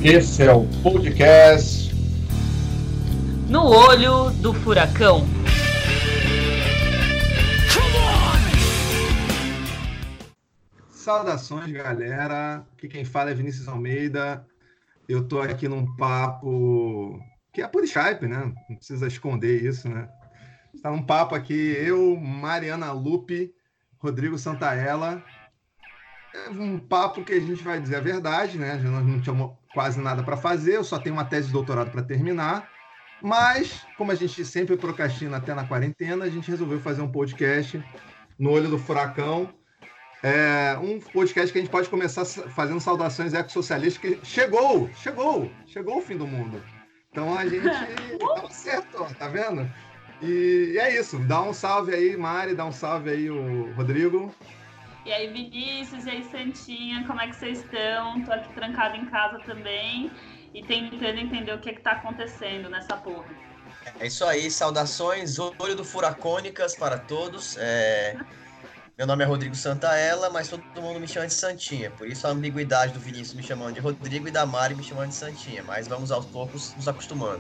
Esse é o podcast No Olho do Furacão. Saudações, galera. Aqui quem fala é Vinícius Almeida. Eu tô aqui num papo que é por Skype, né? Não precisa esconder isso, né? Está num papo aqui, eu, Mariana Lupe, Rodrigo Santaella. É um papo que a gente vai dizer a verdade, né? Nós não tínhamos quase nada para fazer, eu só tenho uma tese de doutorado para terminar. Mas, como a gente sempre procrastina até na quarentena, a gente resolveu fazer um podcast no Olho do Furacão. É um podcast que a gente pode começar fazendo saudações ecossocialistas, que chegou o fim do mundo. Então a gente acertou, tá vendo? E é isso, dá um salve aí, Mari, dá um salve aí, o Rodrigo. E aí, Vinícius, e aí, Santinha, como é que vocês estão? Tô aqui trancada em casa também e tentando entender o que tá acontecendo nessa porra. É isso aí, saudações, Olho do Furacônicas para todos. Meu nome é Rodrigo Santaella, mas todo mundo me chama de Santinha. Por isso a ambiguidade do Vinícius me chamando de Rodrigo e da Mari me chamando de Santinha. Mas vamos aos poucos nos acostumando.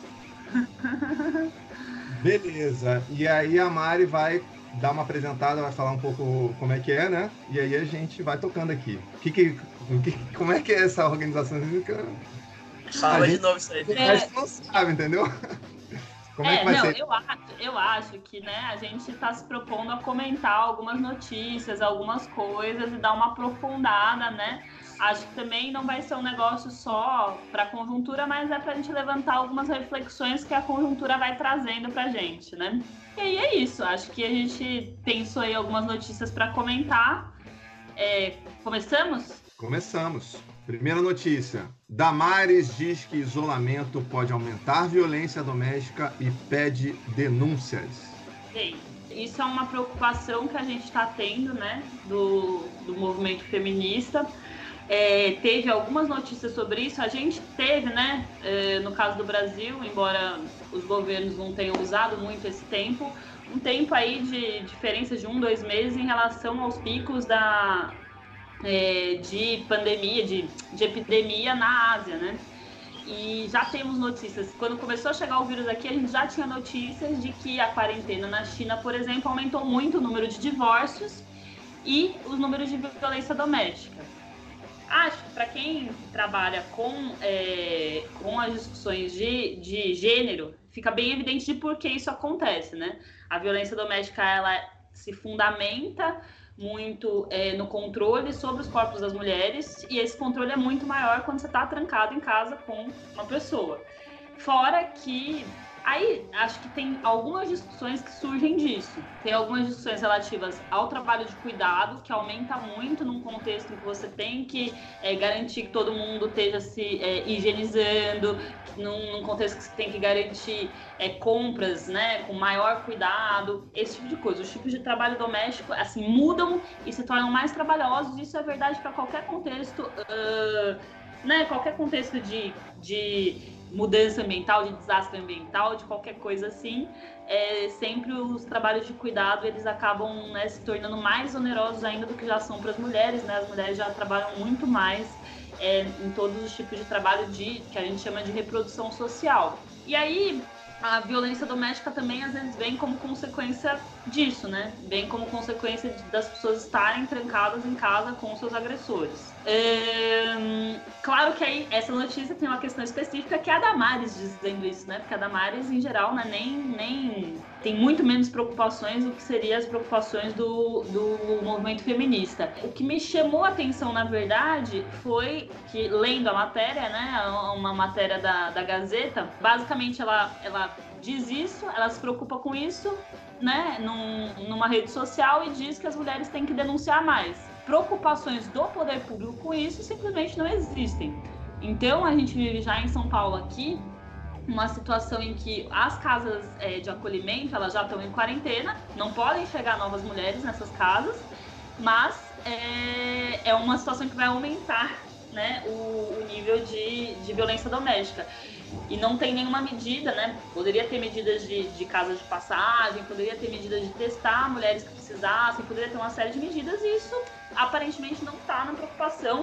Beleza. E aí a Mari vai dar uma apresentada, vai falar um pouco como é que é, né? E aí a gente vai tocando aqui. Como é que é essa organização? Fala de novo isso aí. A gente não sabe, entendeu? Como é que vai ser? Eu acho que, né, a gente está se propondo a comentar algumas notícias, algumas coisas e dar uma aprofundada, né? Acho que também não vai ser um negócio só para a conjuntura, mas é para a gente levantar algumas reflexões que a conjuntura vai trazendo para a gente, né? E aí é isso, acho que a gente pensou aí algumas notícias para comentar. Começamos? Começamos. Primeira notícia. Damares diz que isolamento pode aumentar violência doméstica e pede denúncias. Sim. Isso é uma preocupação que a gente está tendo, né, do movimento feminista. Teve algumas notícias sobre isso. A gente teve, né, no caso do Brasil, embora os governos não tenham usado muito esse tempo, um tempo aí de diferença de 1-2 meses em relação aos picos de pandemia, de epidemia na Ásia, né? E já temos notícias. Quando começou a chegar o vírus aqui, a gente já tinha notícias de que a quarentena na China, por exemplo, aumentou muito o número de divórcios e os números de violência doméstica. Acho que para quem trabalha com as discussões de gênero, fica bem evidente de por que isso acontece, né? A violência doméstica, ela se fundamenta muito no controle sobre os corpos das mulheres, e esse controle é muito maior quando você está trancado em casa com uma pessoa. Fora que aí acho que tem algumas discussões que surgem disso. Tem algumas discussões relativas ao trabalho de cuidado, que aumenta muito num contexto em que você tem que garantir que todo mundo esteja se higienizando, num contexto que você tem que garantir compras, né, com maior cuidado, esse tipo de coisa. Os tipos de trabalho doméstico assim mudam e se tornam mais trabalhosos. Isso é verdade para qualquer contexto, né, qualquer contexto de mudança ambiental, de desastre ambiental, de qualquer coisa assim. Sempre os trabalhos de cuidado, eles acabam, né, se tornando mais onerosos ainda do que já são para as mulheres, né? As mulheres já trabalham muito mais em todos os tipos de trabalho que a gente chama de reprodução social. E aí a violência doméstica também às vezes vem como consequência disso, né? Vem como consequência das pessoas estarem trancadas em casa com seus agressores. Claro que aí essa notícia tem uma questão específica, que é a Damares dizendo isso, né? Porque a Damares, em geral, né, nem tem muito menos preocupações do que seriam as preocupações do movimento feminista. O que me chamou a atenção, na verdade, foi que, lendo a matéria, né, uma matéria da Gazeta, basicamente ela diz isso, ela se preocupa com isso, né, numa rede social, e diz que as mulheres têm que denunciar mais. Preocupações do poder público com isso simplesmente não existem. Então a gente vive já em São Paulo aqui uma situação em que as casas de acolhimento, elas já estão em quarentena, não podem chegar novas mulheres nessas casas, mas é uma situação que vai aumentar, né, o nível de violência doméstica. E não tem nenhuma medida, né? Poderia ter medidas de casa de passagem, poderia ter medidas de testar mulheres que precisassem, poderia ter uma série de medidas, e isso aparentemente não está na preocupação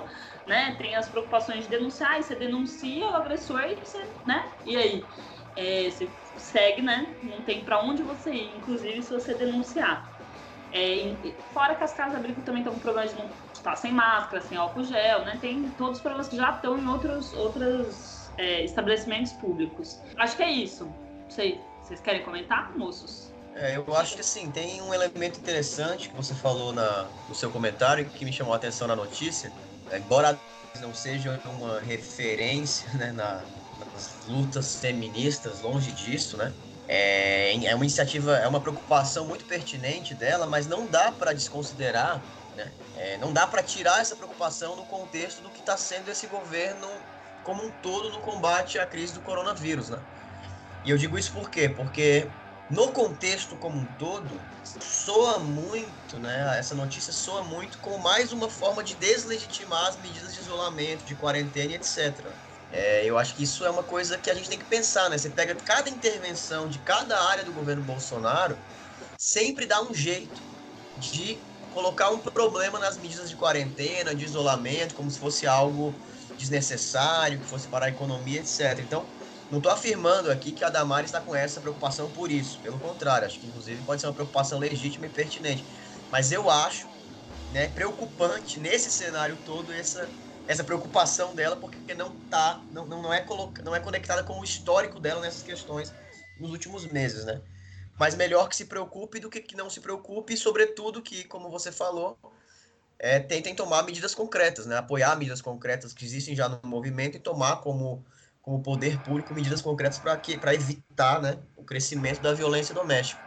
né? Tem as preocupações de denunciar, e você denuncia o agressor e você, né? E aí? Você segue, né? Não tem pra onde você ir, inclusive se você denunciar. Fora que as casas-abrigo também estão com problema de não estar sem máscara, sem álcool gel, né? Tem todos os problemas que já estão em outros estabelecimentos públicos. Acho que é isso. Não sei, vocês querem comentar, moços? Eu acho que assim, tem um elemento interessante que você falou no seu comentário que me chamou a atenção na notícia. Embora não seja uma referência, né, nas lutas feministas, longe disso, né? É uma iniciativa, é uma preocupação muito pertinente dela, mas não dá para desconsiderar, né? Não dá para tirar essa preocupação no contexto do que está sendo esse governo como um todo no combate à crise do coronavírus, né? E eu digo isso por quê? Porque no contexto como um todo, soa muito, né? Essa notícia soa muito como mais uma forma de deslegitimar as medidas de isolamento, de quarentena e etc. Eu acho que isso é uma coisa que a gente tem que pensar, né? Você pega cada intervenção de cada área do governo Bolsonaro, sempre dá um jeito de colocar um problema nas medidas de quarentena, de isolamento, como se fosse algo desnecessário, que fosse para a economia, etc. Então, não estou afirmando aqui que a Damares está com essa preocupação por isso. Pelo contrário, acho que inclusive pode ser uma preocupação legítima e pertinente. Mas eu acho, né, preocupante nesse cenário todo essa preocupação dela, porque não é conectada com o histórico dela nessas questões nos últimos meses, né? Mas melhor que se preocupe do que não se preocupe, e sobretudo que, como você falou, tentem tomar medidas concretas, né? Apoiar medidas concretas que existem já no movimento e tomar como poder público medidas concretas para evitar, né, o crescimento da violência doméstica.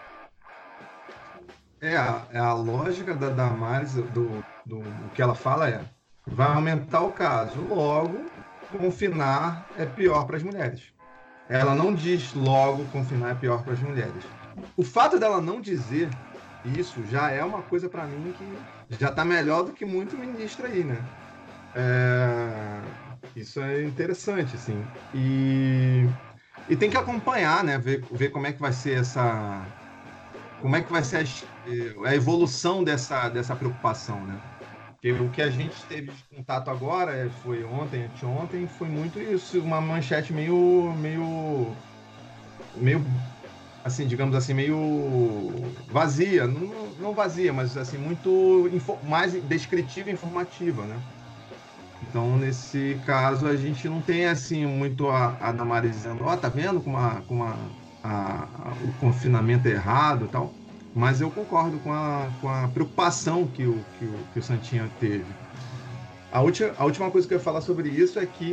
A lógica da Damares, do que ela fala vai aumentar o caso, logo confinar é pior para as mulheres. Ela não diz logo confinar é pior para as mulheres. O fato dela não dizer isso já é uma coisa para mim que já está melhor do que muito ministro aí, né? Isso é interessante, assim. E tem que acompanhar, né? Ver como é que vai ser como é que vai ser a evolução dessa preocupação, né? Porque o que a gente teve de contato agora foi anteontem, foi muito isso, uma manchete meio assim, digamos assim, meio vazia, não vazia, mas assim, muito mais descritiva e informativa, né? Então, nesse caso, a gente não tem assim muito a Damares dizendo, tá vendo como o confinamento é errado e tal, mas eu concordo com a preocupação que o Santinha teve. A última coisa que eu ia falar sobre isso é que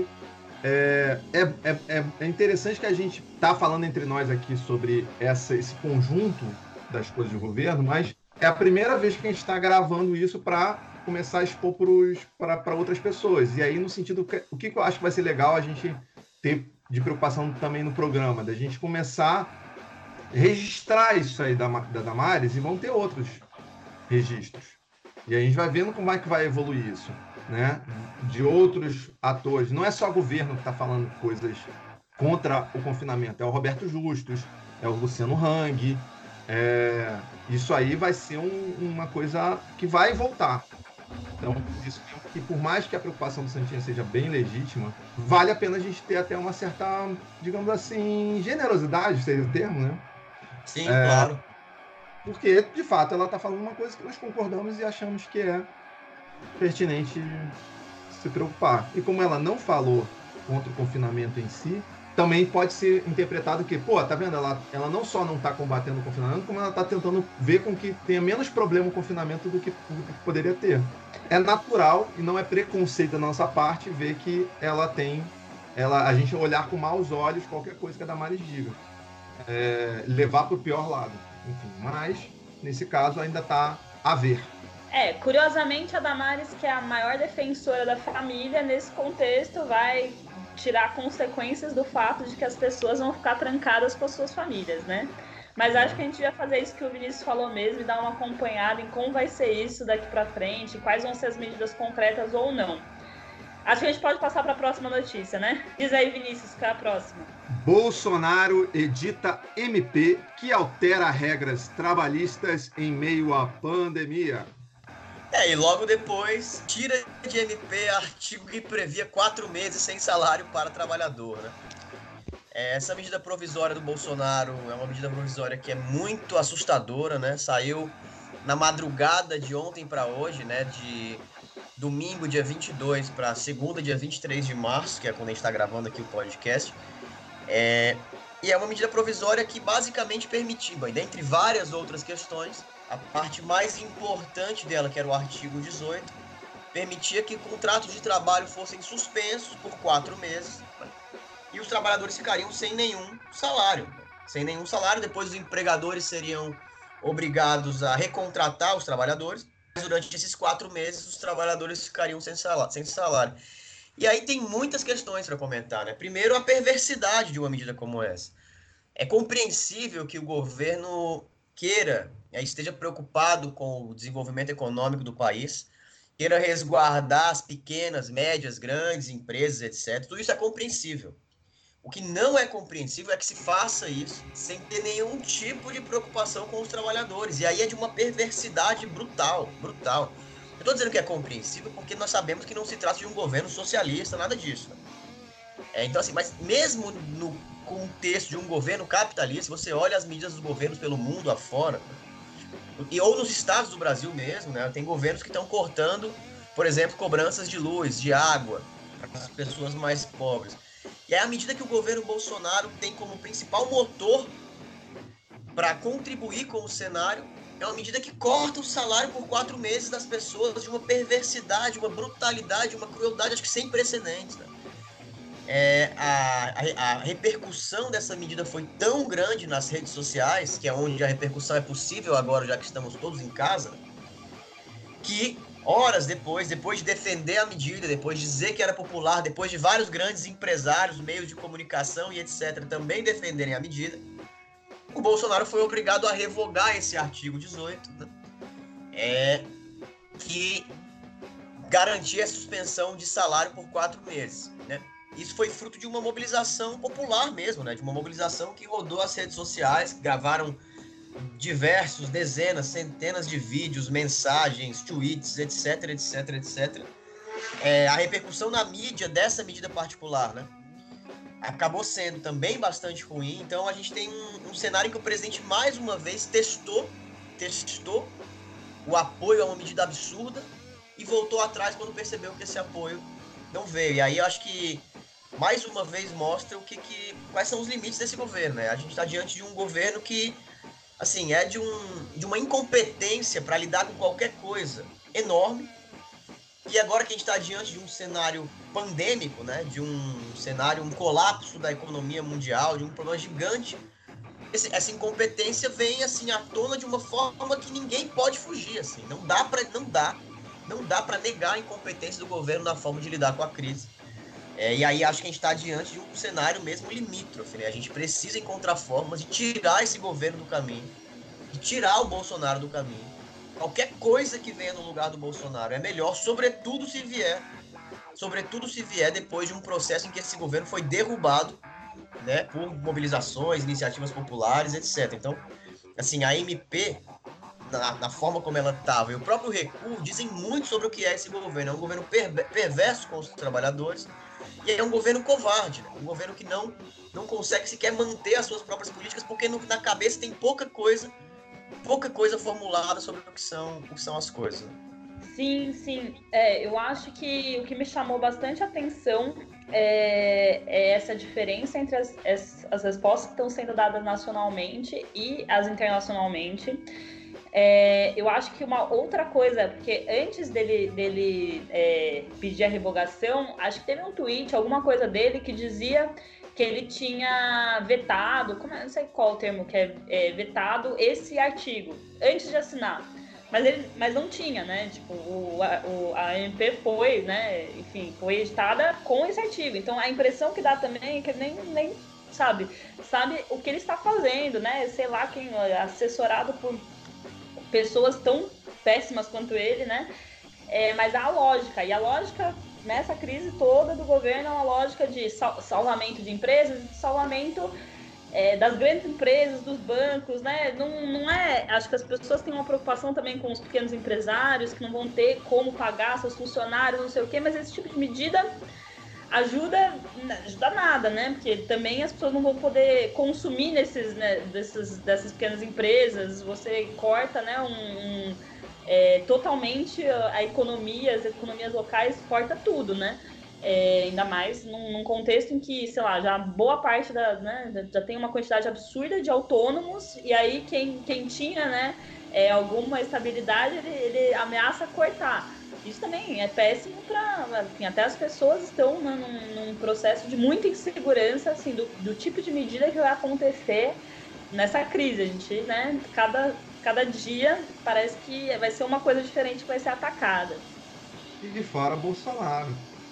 é interessante que a gente está falando entre nós aqui sobre esse conjunto das coisas do governo, mas é a primeira vez que a gente está gravando isso para começar a expor para outras pessoas. E aí, no sentido, o que eu acho que vai ser legal a gente ter de preocupação também no programa, da gente começar a registrar isso aí da Damares, e vão ter outros registros. E aí a gente vai vendo como é que vai evoluir isso, né? De outros atores. Não é só o governo que está falando coisas contra o confinamento, é o Roberto Justus, é o Luciano Hang. Isso aí vai ser uma coisa que vai voltar. Então, isso que por mais que a preocupação do Santinha seja bem legítima, vale a pena a gente ter até uma certa, digamos assim, generosidade, seria o termo, né? Sim, claro. Porque, de fato, ela está falando uma coisa que nós concordamos e achamos que é pertinente se preocupar. E como ela não falou contra o confinamento em si, também pode ser interpretado que, tá vendo? Ela não só não está combatendo o confinamento, como ela está tentando ver com que tenha menos problema o confinamento do que poderia ter. É natural e não é preconceito da nossa parte ver que a gente olhar com maus olhos qualquer coisa que a Damares diga. Levar para o pior lado. Enfim, mas, nesse caso, ainda está a ver. Curiosamente, a Damares, que é a maior defensora da família, nesse contexto vai tirar consequências do fato de que as pessoas vão ficar trancadas com as suas famílias, né? Mas acho que a gente devia fazer isso que o Vinícius falou mesmo e dar uma acompanhada em como vai ser isso daqui para frente, quais vão ser as medidas concretas ou não. Acho que a gente pode passar para a próxima notícia, né? Diz aí, Vinícius, qual é a próxima? Bolsonaro edita MP que altera regras trabalhistas em meio à pandemia. E logo depois, tira de MP artigo que previa 4 meses sem salário para trabalhador, né? Essa medida provisória do Bolsonaro é uma medida provisória que é muito assustadora, né? Saiu na madrugada de ontem para hoje, né? De domingo, dia 22, para segunda, dia 23 de março, que é quando a gente está gravando aqui o podcast. E é uma medida provisória que basicamente permitia, dentre várias outras questões, a parte mais importante dela, que era o artigo 18, permitia que contratos de trabalho fossem suspensos por 4 meses e os trabalhadores ficariam sem nenhum salário. Sem nenhum salário, depois os empregadores seriam obrigados a recontratar os trabalhadores, mas durante esses 4 meses os trabalhadores ficariam sem salário. E aí tem muitas questões para comentar, né? Primeiro, a perversidade de uma medida como essa. É compreensível que o governo queira, esteja preocupado com o desenvolvimento econômico do país, queira resguardar as pequenas, médias, grandes empresas, etc. Tudo isso é compreensível. O que não é compreensível é que se faça isso sem ter nenhum tipo de preocupação com os trabalhadores. E aí é de uma perversidade brutal. Eu estou dizendo que é compreensível porque nós sabemos que não se trata de um governo socialista, nada disso. Então, assim, mas mesmo no contexto de um governo capitalista, se você olha as medidas dos governos pelo mundo afora, ou nos estados do Brasil mesmo, né? Tem governos que estão cortando, por exemplo, cobranças de luz, de água, para as pessoas mais pobres. E é à medida que o governo Bolsonaro tem como principal motor para contribuir com o cenário, é uma medida que corta o salário por 4 meses das pessoas de uma perversidade, uma brutalidade, uma crueldade, acho que sem precedentes, né? A repercussão dessa medida foi tão grande nas redes sociais, que é onde a repercussão é possível agora, já que estamos todos em casa, que horas depois de defender a medida, depois de dizer que era popular, depois de vários grandes empresários, meios de comunicação e etc. também defenderem a medida, o Bolsonaro foi obrigado a revogar esse artigo 18, né? Que garantia a suspensão de salário por 4 meses, né? Isso foi fruto de uma mobilização popular mesmo, né? De uma mobilização que rodou as redes sociais, gravaram diversos, dezenas, centenas de vídeos, mensagens, tweets, etc. A repercussão na mídia dessa medida particular, né? Acabou sendo também bastante ruim. Então a gente tem um cenário em que o presidente mais uma vez testou o apoio a uma medida absurda e voltou atrás quando percebeu que esse apoio não veio. E aí eu acho que mais uma vez mostra quais são os limites desse governo, né? A gente está diante de um governo que, assim, é de uma incompetência para lidar com qualquer coisa enorme. E agora que a gente está diante de um cenário pandêmico, né? De um colapso da economia mundial, de um problema gigante, essa incompetência vem, assim, à tona de uma forma que ninguém pode fugir, assim. Não dá para negar a incompetência do governo na forma de lidar com a crise. E aí acho que a gente está diante de um cenário mesmo limítrofe, né? A gente precisa encontrar formas de tirar esse governo do caminho, de tirar o Bolsonaro do caminho. Qualquer coisa que venha no lugar do Bolsonaro é melhor, sobretudo se vier depois de um processo em que esse governo foi derrubado, né, por mobilizações, iniciativas populares, etc. Então, assim, a MP, na forma como ela estava, e o próprio recuo dizem muito sobre o que é esse governo. É um governo perverso com os trabalhadores, e é um governo covarde, né? Um governo que não consegue sequer manter as suas próprias políticas, porque na cabeça tem pouca coisa formulada sobre o que são as coisas. Sim. Eu acho que o que me chamou bastante atenção é essa diferença entre as respostas que estão sendo dadas nacionalmente e as internacionalmente. Eu acho que uma outra coisa, porque antes dele pedir a revogação, acho que teve um tweet, alguma coisa dele que dizia que ele tinha vetado, não sei qual o termo que é vetado esse artigo, antes de assinar. Mas não tinha, né? Tipo, a MP foi, né? Enfim, foi editada com esse artigo. Então a impressão que dá também é que ele nem sabe o que ele está fazendo, né? Sei lá quem, assessorado por pessoas tão péssimas quanto ele, né? Mas a lógica nessa crise toda do governo é uma lógica de salvamento de empresas, de salvamento das grandes empresas, dos bancos, né? Não é. Acho que as pessoas têm uma preocupação também com os pequenos empresários que não vão ter como pagar seus funcionários, não sei o quê, mas esse tipo de medida ajuda nada, né? Porque também as pessoas não vão poder consumir dessas pequenas empresas. Você corta, né? Totalmente a economia, as economias locais, corta tudo, né? Ainda mais num contexto em que, sei lá, já boa parte já tem uma quantidade absurda de autônomos, e aí quem tinha, né, alguma estabilidade, ele ameaça cortar. Isso também é péssimo para, enfim, até as pessoas estão num processo de muita insegurança, assim, do tipo de medida que vai acontecer nessa crise. A gente, né, cada dia parece que vai ser uma coisa diferente que vai ser atacada. E de fora Bolsonaro.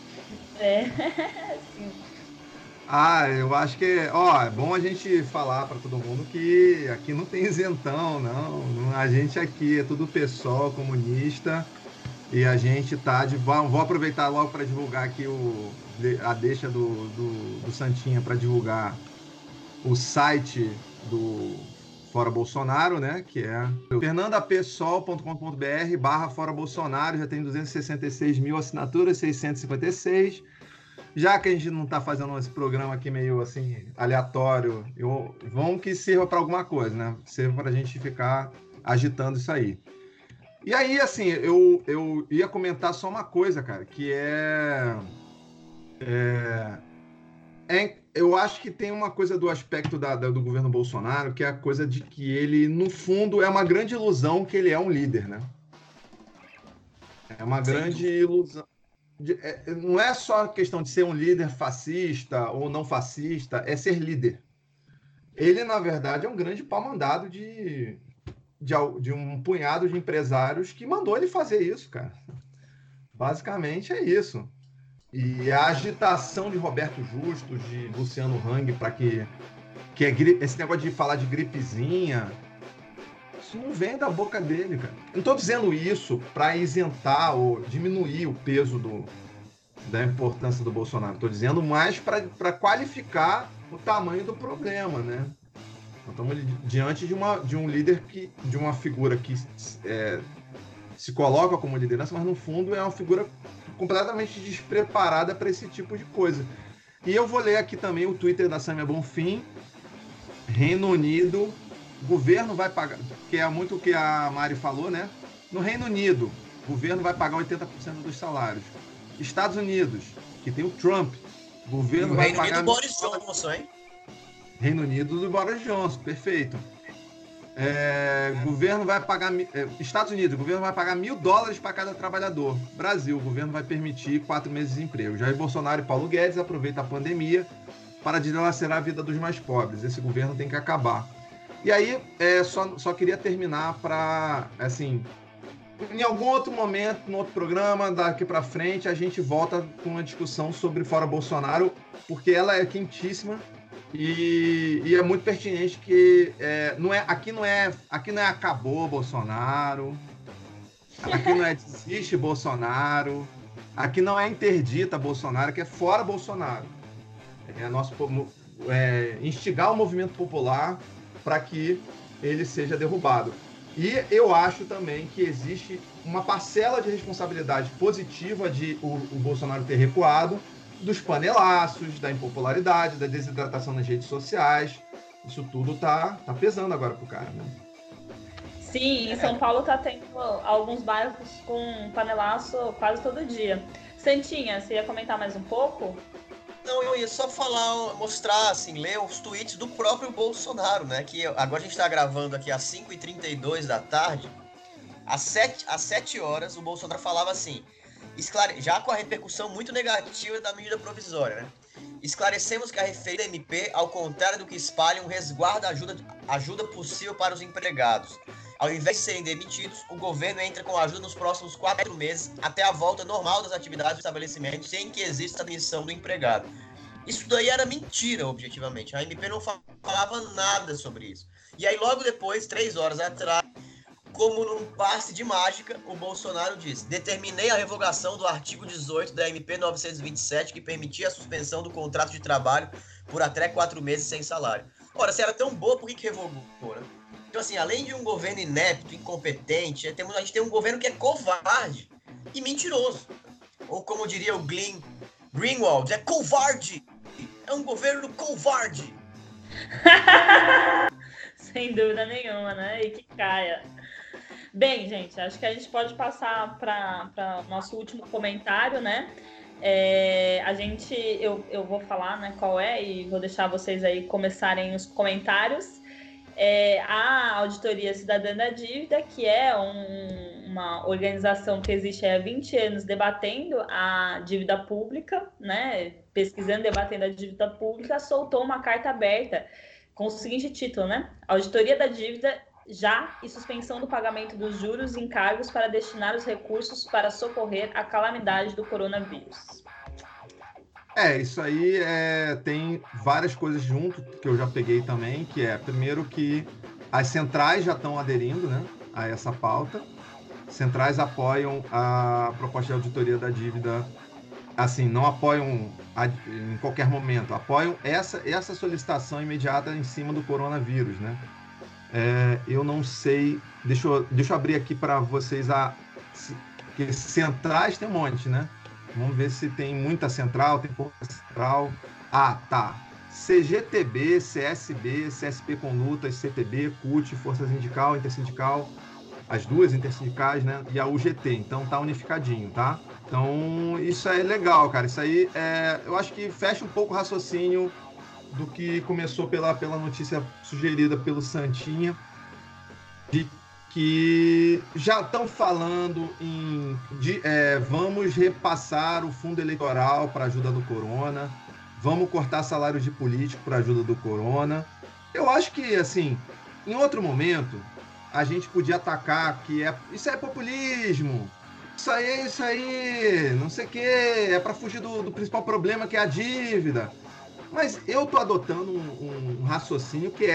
Sim. Eu acho que, é bom a gente falar para todo mundo que aqui não tem isentão, não. A gente aqui é tudo PSOL, comunista, e a gente tá vou aproveitar logo para divulgar aqui a deixa do Santinha para divulgar o site do Fora Bolsonaro, né? Que é fernandapessoal.com.br/Fora Bolsonaro, já tem 266 mil assinaturas, 656. Já que a gente não está fazendo esse programa aqui meio assim, aleatório, vamos que sirva para alguma coisa, né? Sirva para a gente ficar agitando isso aí. E aí, assim, eu ia comentar só uma coisa, cara, que eu acho que tem uma coisa do aspecto do governo Bolsonaro, que é a coisa de que ele, no fundo, é uma grande ilusão que ele é um líder, né? É uma grande ilusão. Não é só questão de ser um líder fascista ou não fascista, é ser líder. Ele, na verdade, é um grande pau-mandado de um punhado de empresários que mandou ele fazer isso, cara. Basicamente é isso. E a agitação de Roberto Justo, de Luciano Hang, para que esse negócio de falar de gripezinha, isso não vem da boca dele, cara. Eu não estou dizendo isso para isentar ou diminuir o peso da importância do Bolsonaro. Estou dizendo mais para qualificar o tamanho do problema, né? Estamos diante de um líder de uma figura que se coloca como liderança, mas no fundo é uma figura completamente despreparada para esse tipo de coisa. E eu vou ler aqui também o Twitter da Samia Bonfim. Reino Unido, o governo vai pagar, que é muito o que a Mari falou, né? No Reino Unido, o governo vai pagar 80% dos salários. Estados Unidos, que tem o Trump, o governo vai pagar... Reino Unido do Boris Johnson, hein? Reino Unido do Boris Johnson, perfeito. Governo vai pagar... Estados Unidos, o governo vai pagar $1.000 para cada trabalhador. Brasil, o governo vai permitir 4 meses de emprego. Jair Bolsonaro e Paulo Guedes aproveitam a pandemia para dilacerar a vida dos mais pobres. Esse governo tem que acabar. E aí, só queria terminar para, assim, em algum outro momento, no outro programa, daqui para frente, a gente volta com uma discussão sobre Fora Bolsonaro, porque ela é quentíssima e é muito pertinente que aqui não é acabou Bolsonaro, aqui não é desiste Bolsonaro, aqui não é interdita Bolsonaro, aqui é Fora Bolsonaro. Instigar o movimento popular para que ele seja derrubado. E eu acho também que existe uma parcela de responsabilidade positiva de o Bolsonaro ter recuado, dos panelaços, da impopularidade, da desidratação nas redes sociais. Isso tudo tá pesando agora pro cara, né? Sim, em São Paulo tá tendo alguns bairros com panelaço quase todo dia. Santinha, você ia comentar mais um pouco? Não, eu ia só mostrar, assim, ler os tweets do próprio Bolsonaro, né? Que agora a gente tá gravando aqui às 5h32 da tarde. Às 7 horas, o Bolsonaro falava assim, já com a repercussão muito negativa da medida provisória, né? Esclarecemos que a referida MP, ao contrário do que espalha, um resguardo ajuda possível para os empregados. Ao invés de serem demitidos, o governo entra com ajuda nos próximos 4 meses até a volta normal das atividades do estabelecimento, sem que exista a demissão do empregado. Isso daí era mentira, objetivamente. A MP não falava nada sobre isso. E aí, logo depois, 3 horas atrás, como num passe de mágica, o Bolsonaro disse: determinei a revogação do artigo 18 da MP 927, que permitia a suspensão do contrato de trabalho por até 4 meses sem salário. Ora, se era tão boa, por que revogou, né? Então, assim, além de um governo inepto, incompetente, a gente tem um governo que é covarde e mentiroso. Ou como diria o Greenwald, é covarde! É um governo covarde! Sem dúvida nenhuma, né? E que caia. Bem, gente, acho que a gente pode passar para o nosso último comentário, né? Eu vou falar, né, qual é, e vou deixar vocês aí começarem os comentários. A Auditoria Cidadã da Dívida, que é uma organização que existe há 20 anos debatendo a dívida pública, né, pesquisando e debatendo a dívida pública, soltou uma carta aberta com o seguinte título, né? Auditoria da Dívida já e suspensão do pagamento dos juros e encargos para destinar os recursos para socorrer a calamidade do coronavírus. Isso aí tem várias coisas junto que eu já peguei também, que primeiro que as centrais já estão aderindo, né, a essa pauta. Centrais apoiam a proposta de auditoria da dívida, assim, não apoiam em qualquer momento, apoiam essa solicitação imediata em cima do coronavírus, né? Eu não sei, deixa eu abrir aqui para vocês, porque centrais tem um monte, né? Vamos ver se tem muita central, tem pouca central. Tá. CGTB, CSB, CSP com lutas, CTB, CUT, Força Sindical, Intersindical, as duas intersindicais, né? E a UGT. Então tá unificadinho, tá? Então isso é legal, cara. Isso aí eu acho que fecha um pouco o raciocínio do que começou pela notícia sugerida pelo Santinha, de que já estão falando vamos repassar o fundo eleitoral para ajuda do corona, vamos cortar salários de político para ajuda do corona. Eu acho que, assim, em outro momento, a gente podia atacar que isso é populismo, isso aí, não sei o quê, é para fugir do principal problema, que é a dívida. Mas eu tô adotando um raciocínio que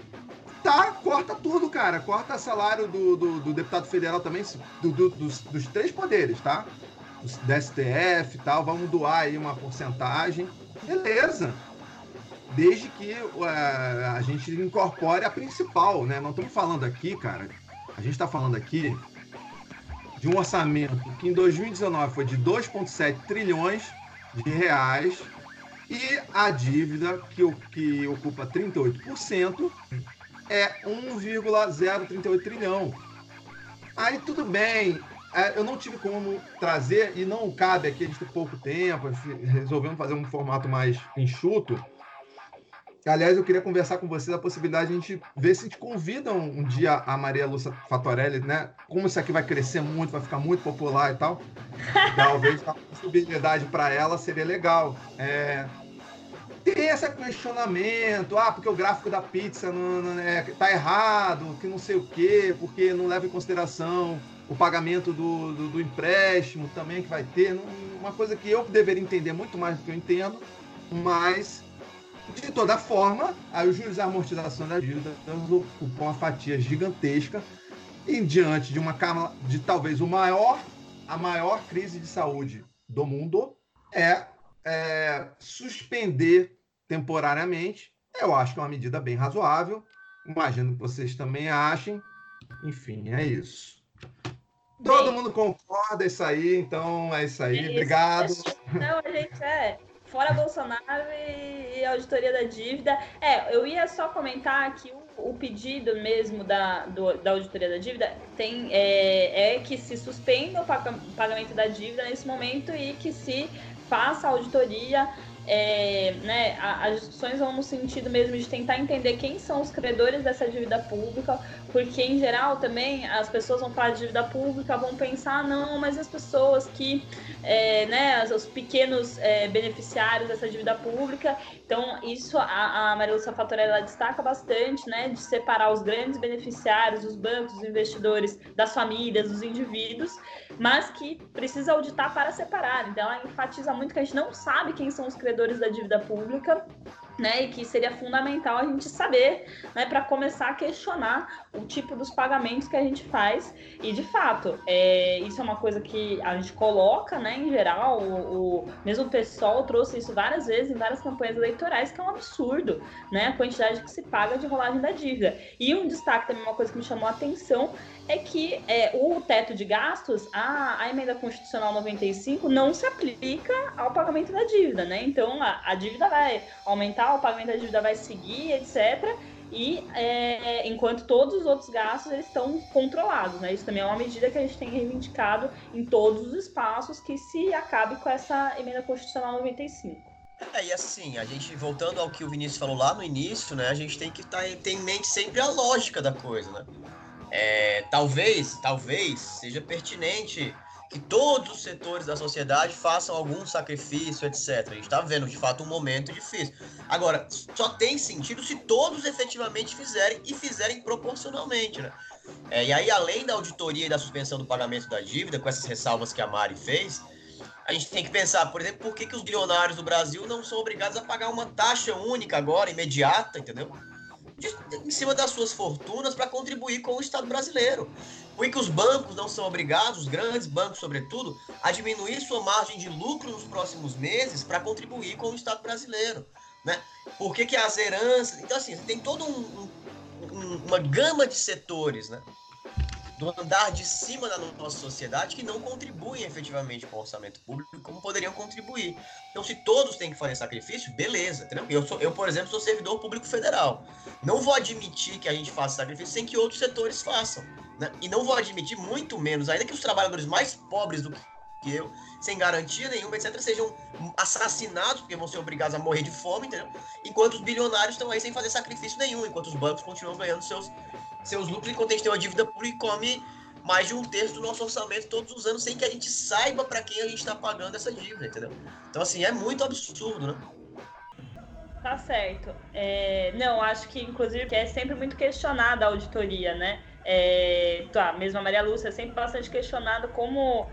corta tudo, cara. Corta salário do deputado federal também, dos três poderes, tá? Do STF e tal. Vamos doar aí uma porcentagem. Beleza. Desde que a gente incorpore a principal, né? Não estamos falando aqui, cara. A gente está falando aqui de um orçamento que em 2019 foi de 2,7 trilhões de reais e a dívida que ocupa 38%, é 1,038 trilhão. Aí tudo bem, eu não tive como trazer, e não cabe aqui, a gente tem pouco tempo, resolvemos fazer um formato mais enxuto. Aliás, eu queria conversar com vocês a possibilidade de a gente ver se a gente convida um dia a Maria Lúcia Fatorelli, né? Como isso aqui vai crescer muito, vai ficar muito popular e tal. Talvez a possibilidade para ela seria legal. Tem esse questionamento, porque o gráfico da pizza tá errado, que não sei o quê, porque não leva em consideração o pagamento do empréstimo também que vai ter. Uma coisa que eu deveria entender muito mais do que eu entendo, mas, de toda forma, aí os juros de amortização da dívida ocupam uma fatia gigantesca e diante de talvez a maior crise de saúde do mundo, suspender temporariamente, eu acho que é uma medida bem razoável. Imagino que vocês também achem. Enfim, é isso. Todo mundo concorda, é isso aí, então é isso aí. Obrigado. Não, a gente fora Bolsonaro e auditoria da dívida. Eu ia só comentar que o pedido mesmo da auditoria da dívida é que se suspenda o pagamento da dívida nesse momento e que se faça a auditoria. As discussões vão no sentido mesmo de tentar entender quem são os credores dessa dívida pública, porque em geral também as pessoas vão falar de dívida pública, vão pensar, não, mas as pessoas que, os pequenos beneficiários dessa dívida pública. Então isso a Maria Lúcia Fatorelli destaca bastante, né, de separar os grandes beneficiários, os bancos, os investidores, das famílias, dos indivíduos, mas que precisa auditar para separar. Então ela enfatiza muito que a gente não sabe quem são os credores da dívida pública né, e que seria fundamental a gente saber, né, para começar a questionar o tipo dos pagamentos que a gente faz. E, de fato, isso é uma coisa que a gente coloca, né, em geral, mesmo o PSOL trouxe isso várias vezes em várias campanhas eleitorais, que é um absurdo, né, a quantidade que se paga de rolagem da dívida. E um destaque também, uma coisa que me chamou a atenção, é que o teto de gastos, a emenda constitucional 95, não se aplica ao pagamento da dívida, né? Então, a dívida vai aumentar, o pagamento da dívida vai seguir, etc. E enquanto todos os outros gastos eles estão controlados, né? Isso também é uma medida que a gente tem reivindicado em todos os espaços, que se acabe com essa emenda constitucional 95. E assim, a gente, voltando ao que o Vinícius falou lá no início, né? A gente tem que ter em mente sempre a lógica da coisa, né? Talvez seja pertinente que todos os setores da sociedade façam algum sacrifício, etc. A gente está vendo, de fato, um momento difícil. Agora, só tem sentido se todos efetivamente fizerem e fizerem proporcionalmente, né? E aí, além da auditoria e da suspensão do pagamento da dívida, com essas ressalvas que a Mari fez, a gente tem que pensar, por exemplo, por que os bilionários do Brasil não são obrigados a pagar uma taxa única agora, imediata, entendeu? Em cima das suas fortunas para contribuir com o Estado brasileiro. Por que os bancos não são obrigados, os grandes bancos sobretudo, a diminuir sua margem de lucro nos próximos meses para contribuir com o Estado brasileiro, né? Por que as heranças... Então, assim, tem toda uma gama de setores, né, do andar de cima da nossa sociedade que não contribuem efetivamente com o orçamento público como poderiam contribuir. Então, se todos têm que fazer sacrifício, beleza, entendeu? Eu, por exemplo, sou servidor público federal. Não vou admitir que a gente faça sacrifício sem que outros setores façam, né? E não vou admitir, muito menos, ainda que os trabalhadores mais pobres do que eu, sem garantia nenhuma, etc., sejam assassinados, porque vão ser obrigados a morrer de fome, entendeu? Enquanto os bilionários estão aí sem fazer sacrifício nenhum, enquanto os bancos continuam ganhando seus lucros, enquanto a gente tem uma dívida pública e come mais de 1/3 do nosso orçamento todos os anos, sem que a gente saiba para quem a gente está pagando essa dívida, entendeu? Então, assim, é muito absurdo, né? Tá certo. Não, acho que, inclusive, é sempre muito questionada a auditoria, né? Mesmo a Maria Lúcia é sempre bastante questionada como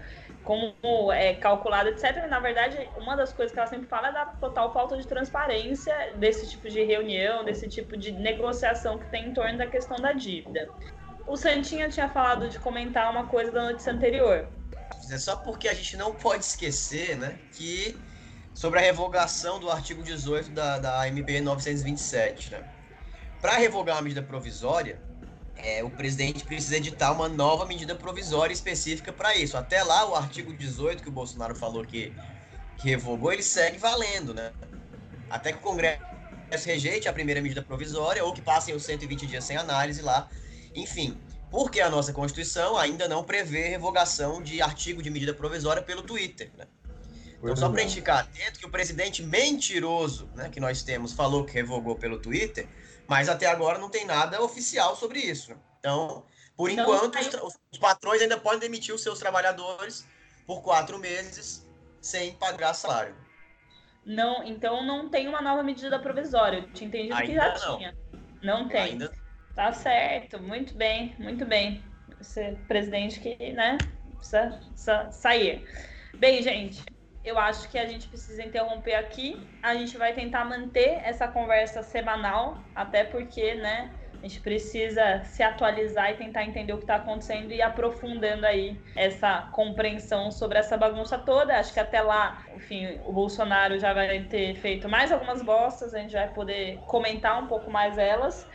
é calculado, etc. E, na verdade, uma das coisas que ela sempre fala é da total falta de transparência desse tipo de reunião, desse tipo de negociação que tem em torno da questão da dívida. O Santinha tinha falado de comentar uma coisa da notícia anterior. É só porque a gente não pode esquecer, né, que sobre a revogação do artigo 18 da MP 927, né? Para revogar uma medida provisória, o presidente precisa editar uma nova medida provisória específica para isso. Até lá, o artigo 18, que o Bolsonaro falou que revogou, ele segue valendo, né? Até que o Congresso rejeite a primeira medida provisória ou que passem os 120 dias sem análise lá. Enfim, porque a nossa Constituição ainda não prevê revogação de artigo de medida provisória pelo Twitter, né? Então, só para a gente ficar atento que o presidente mentiroso, né, que nós temos, falou que revogou pelo Twitter, mas até agora não tem nada oficial sobre isso. Então, por enquanto, os patrões ainda podem demitir os seus trabalhadores por 4 meses sem pagar salário. Não, então não tem uma nova medida provisória. Eu tinha entendido que já tinha. Não tem. Ainda... Tá certo, muito bem, muito bem. Você, presidente, que, né, precisa sair. Bem, gente, eu acho que a gente precisa interromper aqui. A gente vai tentar manter essa conversa semanal, até porque, né, a gente precisa se atualizar e tentar entender o que está acontecendo e ir aprofundando aí essa compreensão sobre essa bagunça toda. Acho que até lá, enfim, o Bolsonaro já vai ter feito mais algumas bostas, a gente vai poder comentar um pouco mais elas.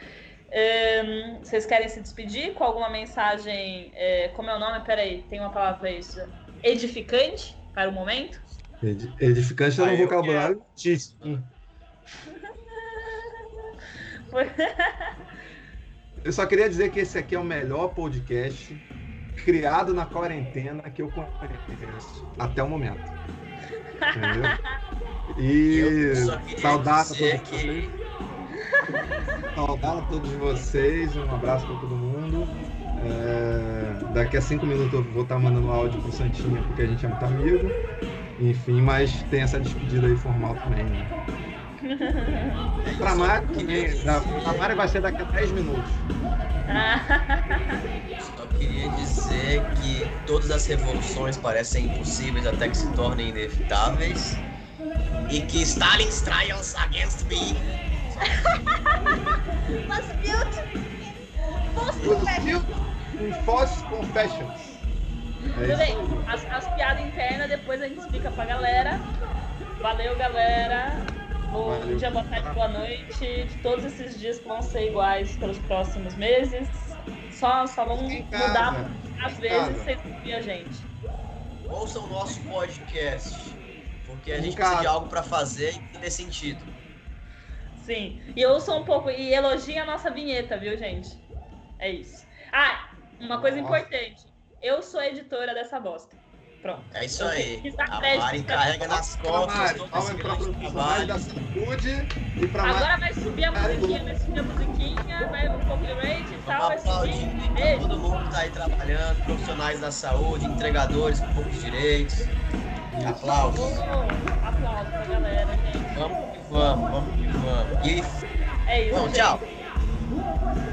Vocês querem se despedir com alguma mensagem? Como é o nome? Peraí, tem uma palavra para isso. Edificante para o momento? Edificante é um vocabulário altíssimo. Eu só queria dizer que esse aqui é o melhor podcast criado na quarentena que eu conheço até o momento. Entendeu? E saudar a todos vocês, um abraço para todo mundo. Daqui a 5 minutos eu vou estar mandando áudio pro Santinha, porque a gente é muito amigo. Enfim, mas tem essa despedida aí formal também, né? Pra Mari também. A Mari vai ser daqui a 10 minutos. Só queria dizer que todas as revoluções parecem impossíveis até que se tornem inevitáveis. e que Stalin's trials against me. Was built. False confessions. Tudo bem, as piadas internas depois a gente explica pra galera. Valeu, galera. Bom dia, boa tarde, boa noite. De todos esses dias que vão ser iguais pelos próximos meses. Só vão mudar às vezes vocês ouvem a gente. Ouçam o nosso podcast, porque a gente precisa de algo pra fazer e ter sentido. Sim, e ouçam um pouco e elogiem a nossa vinheta, viu, gente? É isso. Ah, uma coisa importante. Eu sou editora dessa bosta. Pronto. É isso aí. A Mari carrega nas costas todo esse grande trabalho. Da saúde e pra agora vai subir a musiquinha, vai no copyright e tal, vai subir. Todo mundo que tá aí trabalhando, profissionais da saúde, entregadores com poucos direitos. Aplausos. Aplausos pra galera, gente. Vamos que vamos. E é isso, bom, gente. tchau.